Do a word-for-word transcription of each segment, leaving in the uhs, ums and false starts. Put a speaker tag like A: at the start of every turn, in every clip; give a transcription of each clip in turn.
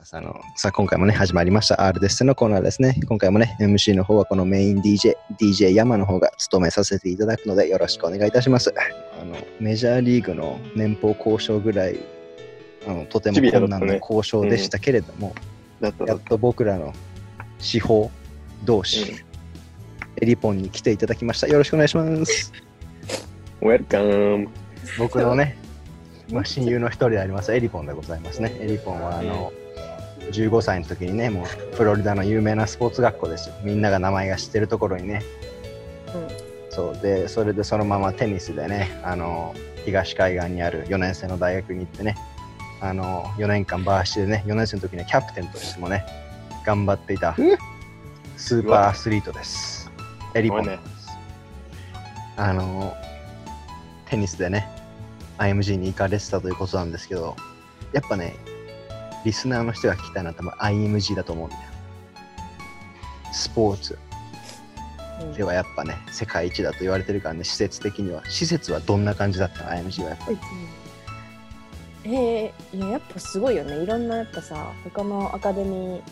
A: 。あのさあ今回もね始まりました R ですのコーナーですね。今回もね エムシー の方はこのメイン ディージェー ディージェー 山の方が務めさせていただくのでよろしくお願いいたします。あのメジャーリーグの年俸交渉ぐらいあのとても困難な交渉でしたけれども、
B: だったね、うん、だっただった
A: やっと僕らの司法同士、うん、エリポンに来ていただきました。よろしくお願いします。
B: ウェルカム。
A: 僕のねまあ、親友の一人でありますエリポンでございますね。エリポンはあのじゅうごさいの時にねもうフロリダの有名なスポーツ学校ですよ。みんなが名前が知ってるところにね、うん、そうでそれでそのままテニスでねあの東海岸にあるよねん生の大学に行ってねあのよねんかんバーシティでねよねん生の時にはキャプテンとしてもね頑張っていたスーパーアスリートです。エリポンです。あのテニスでねアイエムジー に行かれてたということなんですけど、やっぱねリスナーの人が聞きたいのは多分 アイエムジー だと思うんだよ。スポーツではやっぱね世界一だと言われてるからね。施設的には施設はどんな感じだったの アイエムジー はやっぱり。
C: えー、いややっぱすごいよね。いろんなやっぱさ他のアカデミー行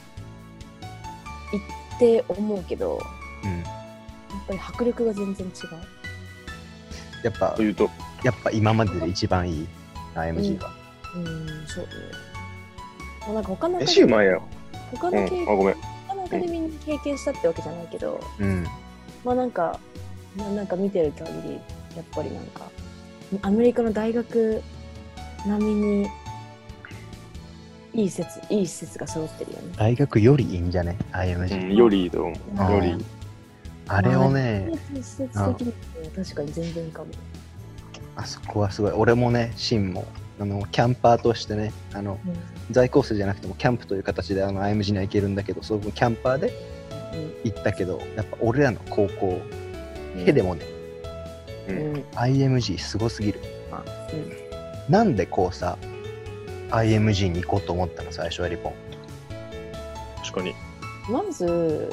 C: って思うけど、うん、やっぱり迫力が全然違う。
A: やっぱ
B: というと
A: やっぱ今までで一番いい アイエムジー は。
C: うん、うん、そうね。もうなんか他のアカ
B: デミー
C: 他の経験、
B: うん、あごめん
C: 他のアカデミーに経験したってわけじゃないけど、
A: うん、
C: まあなんか、まあ、なんか見てる限りやっぱりなんかアメリカの大学並みにいい施設いい施設が揃ってるよね。
A: 大学よりいいんじゃね アイエムジー、
B: うん、よりいいと思う。より
A: あれをね、
C: 施設的に確かに全然かも。
A: あそこはすごい。俺もねシンもあのキャンパーとしてねあの、うん、在校生じゃなくてもキャンプという形であの アイエムジー には行けるんだけど、そのキャンパーで行ったけど、やっぱ俺らの高校、うん、へでもね、うん、アイエムジー すごすぎる、うん、なんでこうさ アイエムジー に行こうと思ったの最初はリポン。
B: 確かに
C: まず、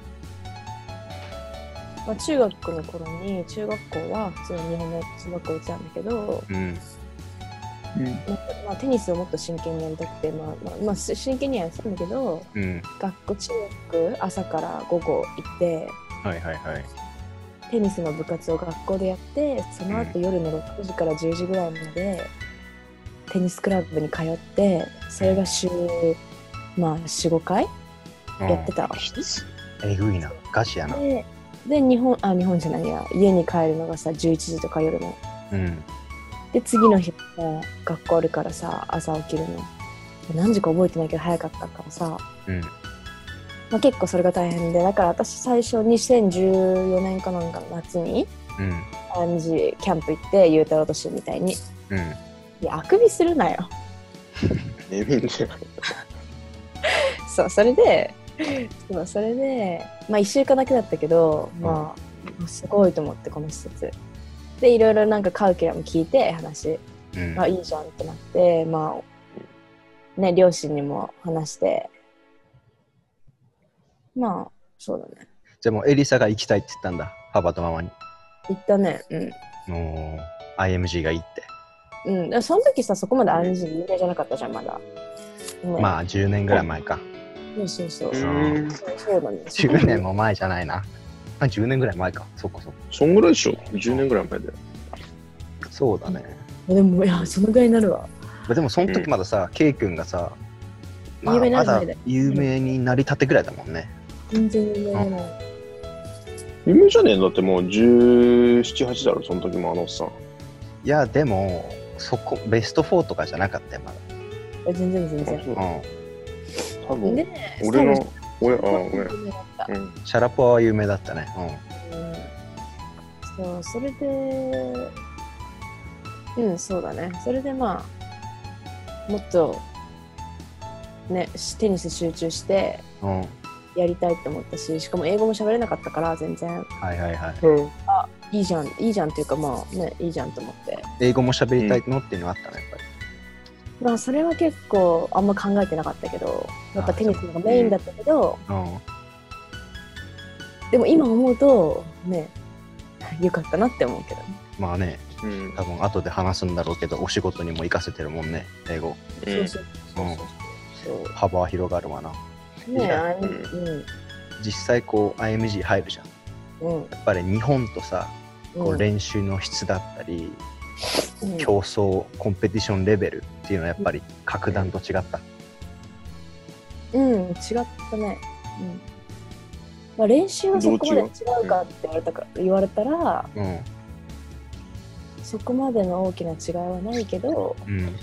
C: まあ、中学の頃に中学校は普通に日本の中学校行ってたんだけど、うんうんまあ、テニスをもっと真剣にやりたくて、まあまあまあ、真剣にはやってたんだけど、うん、学校中学朝から午後行って、
A: はいはいはい、
C: テニスの部活を学校でやって、その後夜のろくじからじゅうじぐらいまでテニスクラブに通って、それが週、まあ、よん、ごかいやってたわけです。
A: えぐいな、ガチやな。
C: で、で日本あ日本じゃないや家に帰るのがさじゅういちじとか夜の。うんで次の日は学校あるからさ朝起きるの何時か覚えてないけど早かったからさ、うんまあ、結構それが大変で、だから私最初にせんじゅうよねんかなんかの夏に、うん、アイエムジー キャンプ行ってゆうたろうとしみたいに、うん、いやあくびするなよそうそれでそうそれでまあいっしゅうかんだけだったけど、まあすごいと思ってこの施設でいろいろなんかカウキュラム聞いて話、うん、あいいじゃんってなって、まあね両親にも話して、まあそうだね。
A: じゃあもうエリサが行きたいって言ったんだ、パパとママに。
C: 言ったね。うん。
A: お アイエムジー がいいって。
C: うん。その時さそこまで アイエムジー 有名じゃなかったじゃんまだ。
A: ね、まあじゅうねんぐらい前か。
C: そうそうそう。うん。そうだね。
A: じゅうねんも前じゃないな。あじゅうねんぐらい前か。そっかそっか。
B: そんぐらいでしょ。じゅうねんぐらい前で。
A: そうだね。
C: でもいやそのぐらいになるわ。
A: でもその時まださ、ケイ君がさ、まあ、まだ有名になりたてぐらいだもんね。
C: 全然有名じゃない。
B: 有名じゃねえんだってもうじゅうなな、はちだろその時もあのおっさん。
A: いやでもそこベストフォーとかじゃなかったよま
C: だ。全然全然。うん。
B: 多分、ね、俺の俺あ俺、
A: うん、シャラポワは有名だったね。
C: うん。そうそれで。うんそうだね。それでまあもっとねテニス集中してやりたいと思ったし、しかも英語も喋れなかったから全然。
A: はいはいはい。
C: うん、あいいじゃんいいじゃんっていうかまあねいいじゃんと思って。
A: 英語も喋りたいのっていうのはあったね、うん、やっぱり。
C: まあそれは結構あんま考えてなかったけど、やっぱテニスのがメインだったけど、うん、でも今思うとね良かったなって思うけどね。
A: まあね。うん、多分後で話すんだろうけどお仕事にも活かせてるもんね英語。
C: そうそうそうそう、うん、 そう
A: 幅は広がるわな。
C: ねえ、あれ、
B: うん
C: うん。
A: 実際こう アイエムジー 入るじゃん。
C: うん。
A: やっぱり日本とさ、こ
C: う
A: うん練習の質だったり、
C: うん
A: 競争コンペティションレベルっていうのはやっぱり格段と違った。
C: うん、違ったね。うん。まあ、練習はそこまで違うかって言われたか、言われたら、
A: うん
C: そこまでの大きな違いはないけど、
A: うん
B: うん。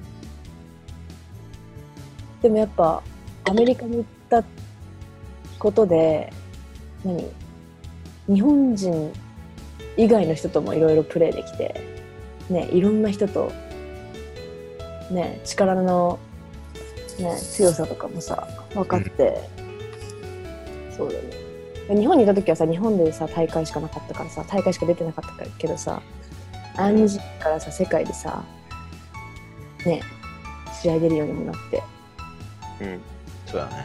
C: でもやっぱアメリカに行ったことで、何日本人以外の人ともいろいろプレーできて、ね、いろんな人と、ね、力の、ね、強さとかもさ分かって、うん、そうだね。日本にいた時はさ、日本でさ大会しかなかったからさ、大会しか出てなかったけどさ、アイエムジーからさ世界でさ、ね、試合出るようにもなって、
B: うん。
A: そうだね。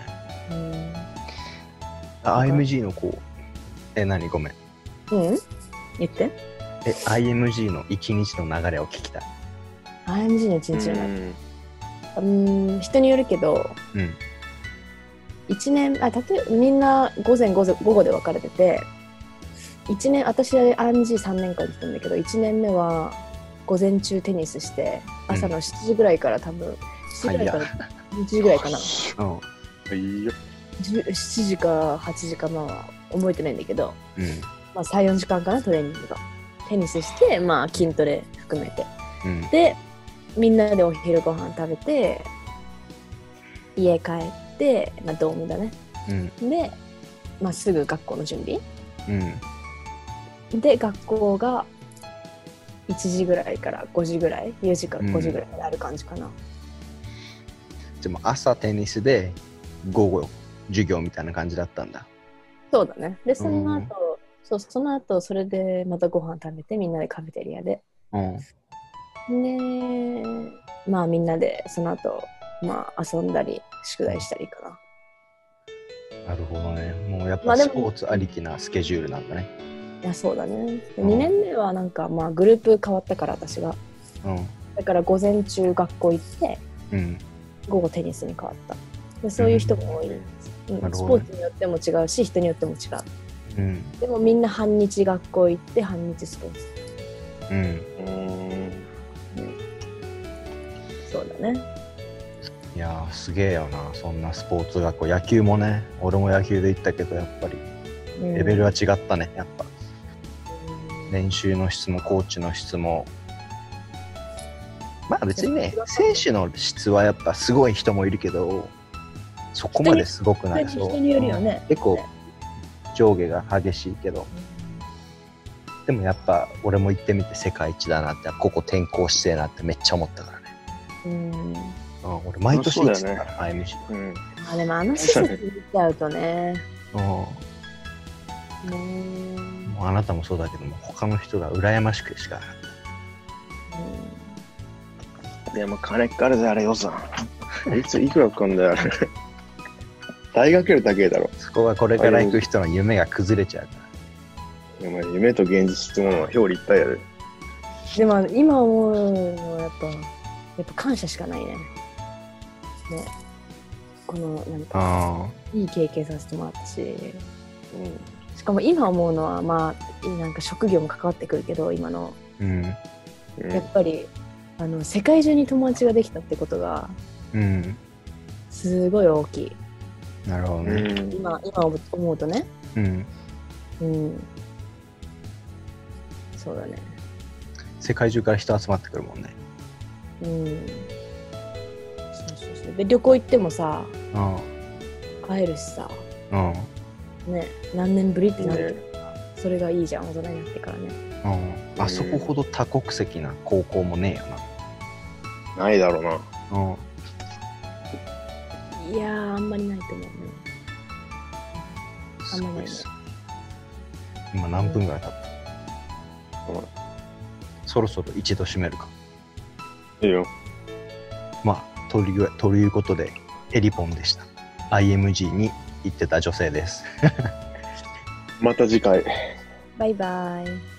C: うん、
A: アイエムジー のこうえ何ごめん
C: うん言って
A: え アイエムジー の一日の流れを聞きたい。
C: アイエムジー の一日じゃない、
B: うん
C: うん、人によるけど、
A: うん
C: 一年あ例えばみんな午前午前午後で分かれてて、一年私は アイエムジーさんねんかん来たんだけど、いちねんめは午前中テニスして朝のしちじぐらいから多分しちじぐらいからいちじぐらいかな、
A: うん
B: いいよ。
C: しちじかはちじかまあ覚えてないんだけど、
A: うん
C: まあ、さん、よじかんかな、トレーニングがテニスして、まあ、筋トレ含めて
A: うん
C: でみんなでお昼ご飯食べて家帰って、まあ、ドームだね
A: うん
C: で、まあ、すぐ学校の準備
A: うん
C: で、学校がいちじぐらいからごじぐらい、よじからごじぐらいまである感じかな。
A: でも朝テニスで午後授業みたいな感じだったんだ。
C: そうだね。で、その後、
A: うん
C: そう、その後、それでまたご飯食べて、みんなでカフェテリアで。
A: うん
C: で、まあみんなでその後、まあ遊んだり、宿題したりかな。
A: なるほどね。もうやっ
C: まあでも
A: ぱスポーツありきなスケジュールなんだね。
C: いや、そうだね。で
A: うん
C: にねんめはなんか、まあグループ変わったから、私が。
A: うん
C: だから午前中学校行って、
A: うん
C: 午後テニスに変わった。でそういう人も多い。うん
A: なる
C: ス
A: ほどね
C: ポーツによっても違うし、人によっても違う。
A: うん
C: でもみんな半日学校行って半日スポーツ。
A: うん
B: うん。
C: そうだね。
A: いやーすげえよな、そんなスポーツ学校。野球もね、俺も野球で行ったけどやっぱりレベルは違ったね。やっぱ練習の質もコーチの質も、まあ別にね、選手の質はやっぱすごい人もいるけど、そこまですごくない。そう
C: 人によるよね。
A: うん結構上下が激しいけど、でもやっぱ俺も行ってみて世界一だなって、ここ転校してえなってめっちゃ思ったからね。
C: うん。
A: うん、俺毎年行ってたから、アイエムジー。
B: うん。
C: あ、でもあの施設見ちゃうとね。
A: うん
C: ね
A: もうあなたもそうだけども、他の人が羨ましくしかなかっ
B: でも金かかるぜ、あれ予算。いついくらかかんだよ、あれ。大学より高いだろ。
A: た。そこはこれから行く人の夢が崩れちゃうか
B: お前夢と現実ってものは表裏一体やで。
C: でも今思うのはやっぱ、やっぱ感謝しかないね。ね。このなん
A: ら。
C: か
A: あ
C: いい経験させてもらったし、うん、しかも今思うのはまあなんか職業も関わってくるけど、今の
A: ーうん
B: うん
C: やっぱりあの世界中に友達ができたってことが
A: うん
C: すごい大きい。
A: なるほど
B: う
A: ね。
B: ん。
C: 今今思うとね。
A: うん
C: うん。そうだね。
A: 世界中から人集まってくるもんね。
C: うん。そうそうそう。で旅行行ってもさ、
A: うん
C: 会えるしさ、
A: うん
C: ね、何年ぶりってなるけどさ、それがいいじゃん、大人になってからね。
A: うん、あそこほど多国籍な高校もねえよ
B: ないだろうな。
A: な。うん
C: いやー、あんまりないと思うね。あんまりないね。
A: 今何分ぐらい経った、
B: うん
A: そろそろ一度締めるか。
B: いいよ。
A: まあというということでエリポンでした。 アイエムジー に行ってた女性です。
B: また次回。
C: バイバイ。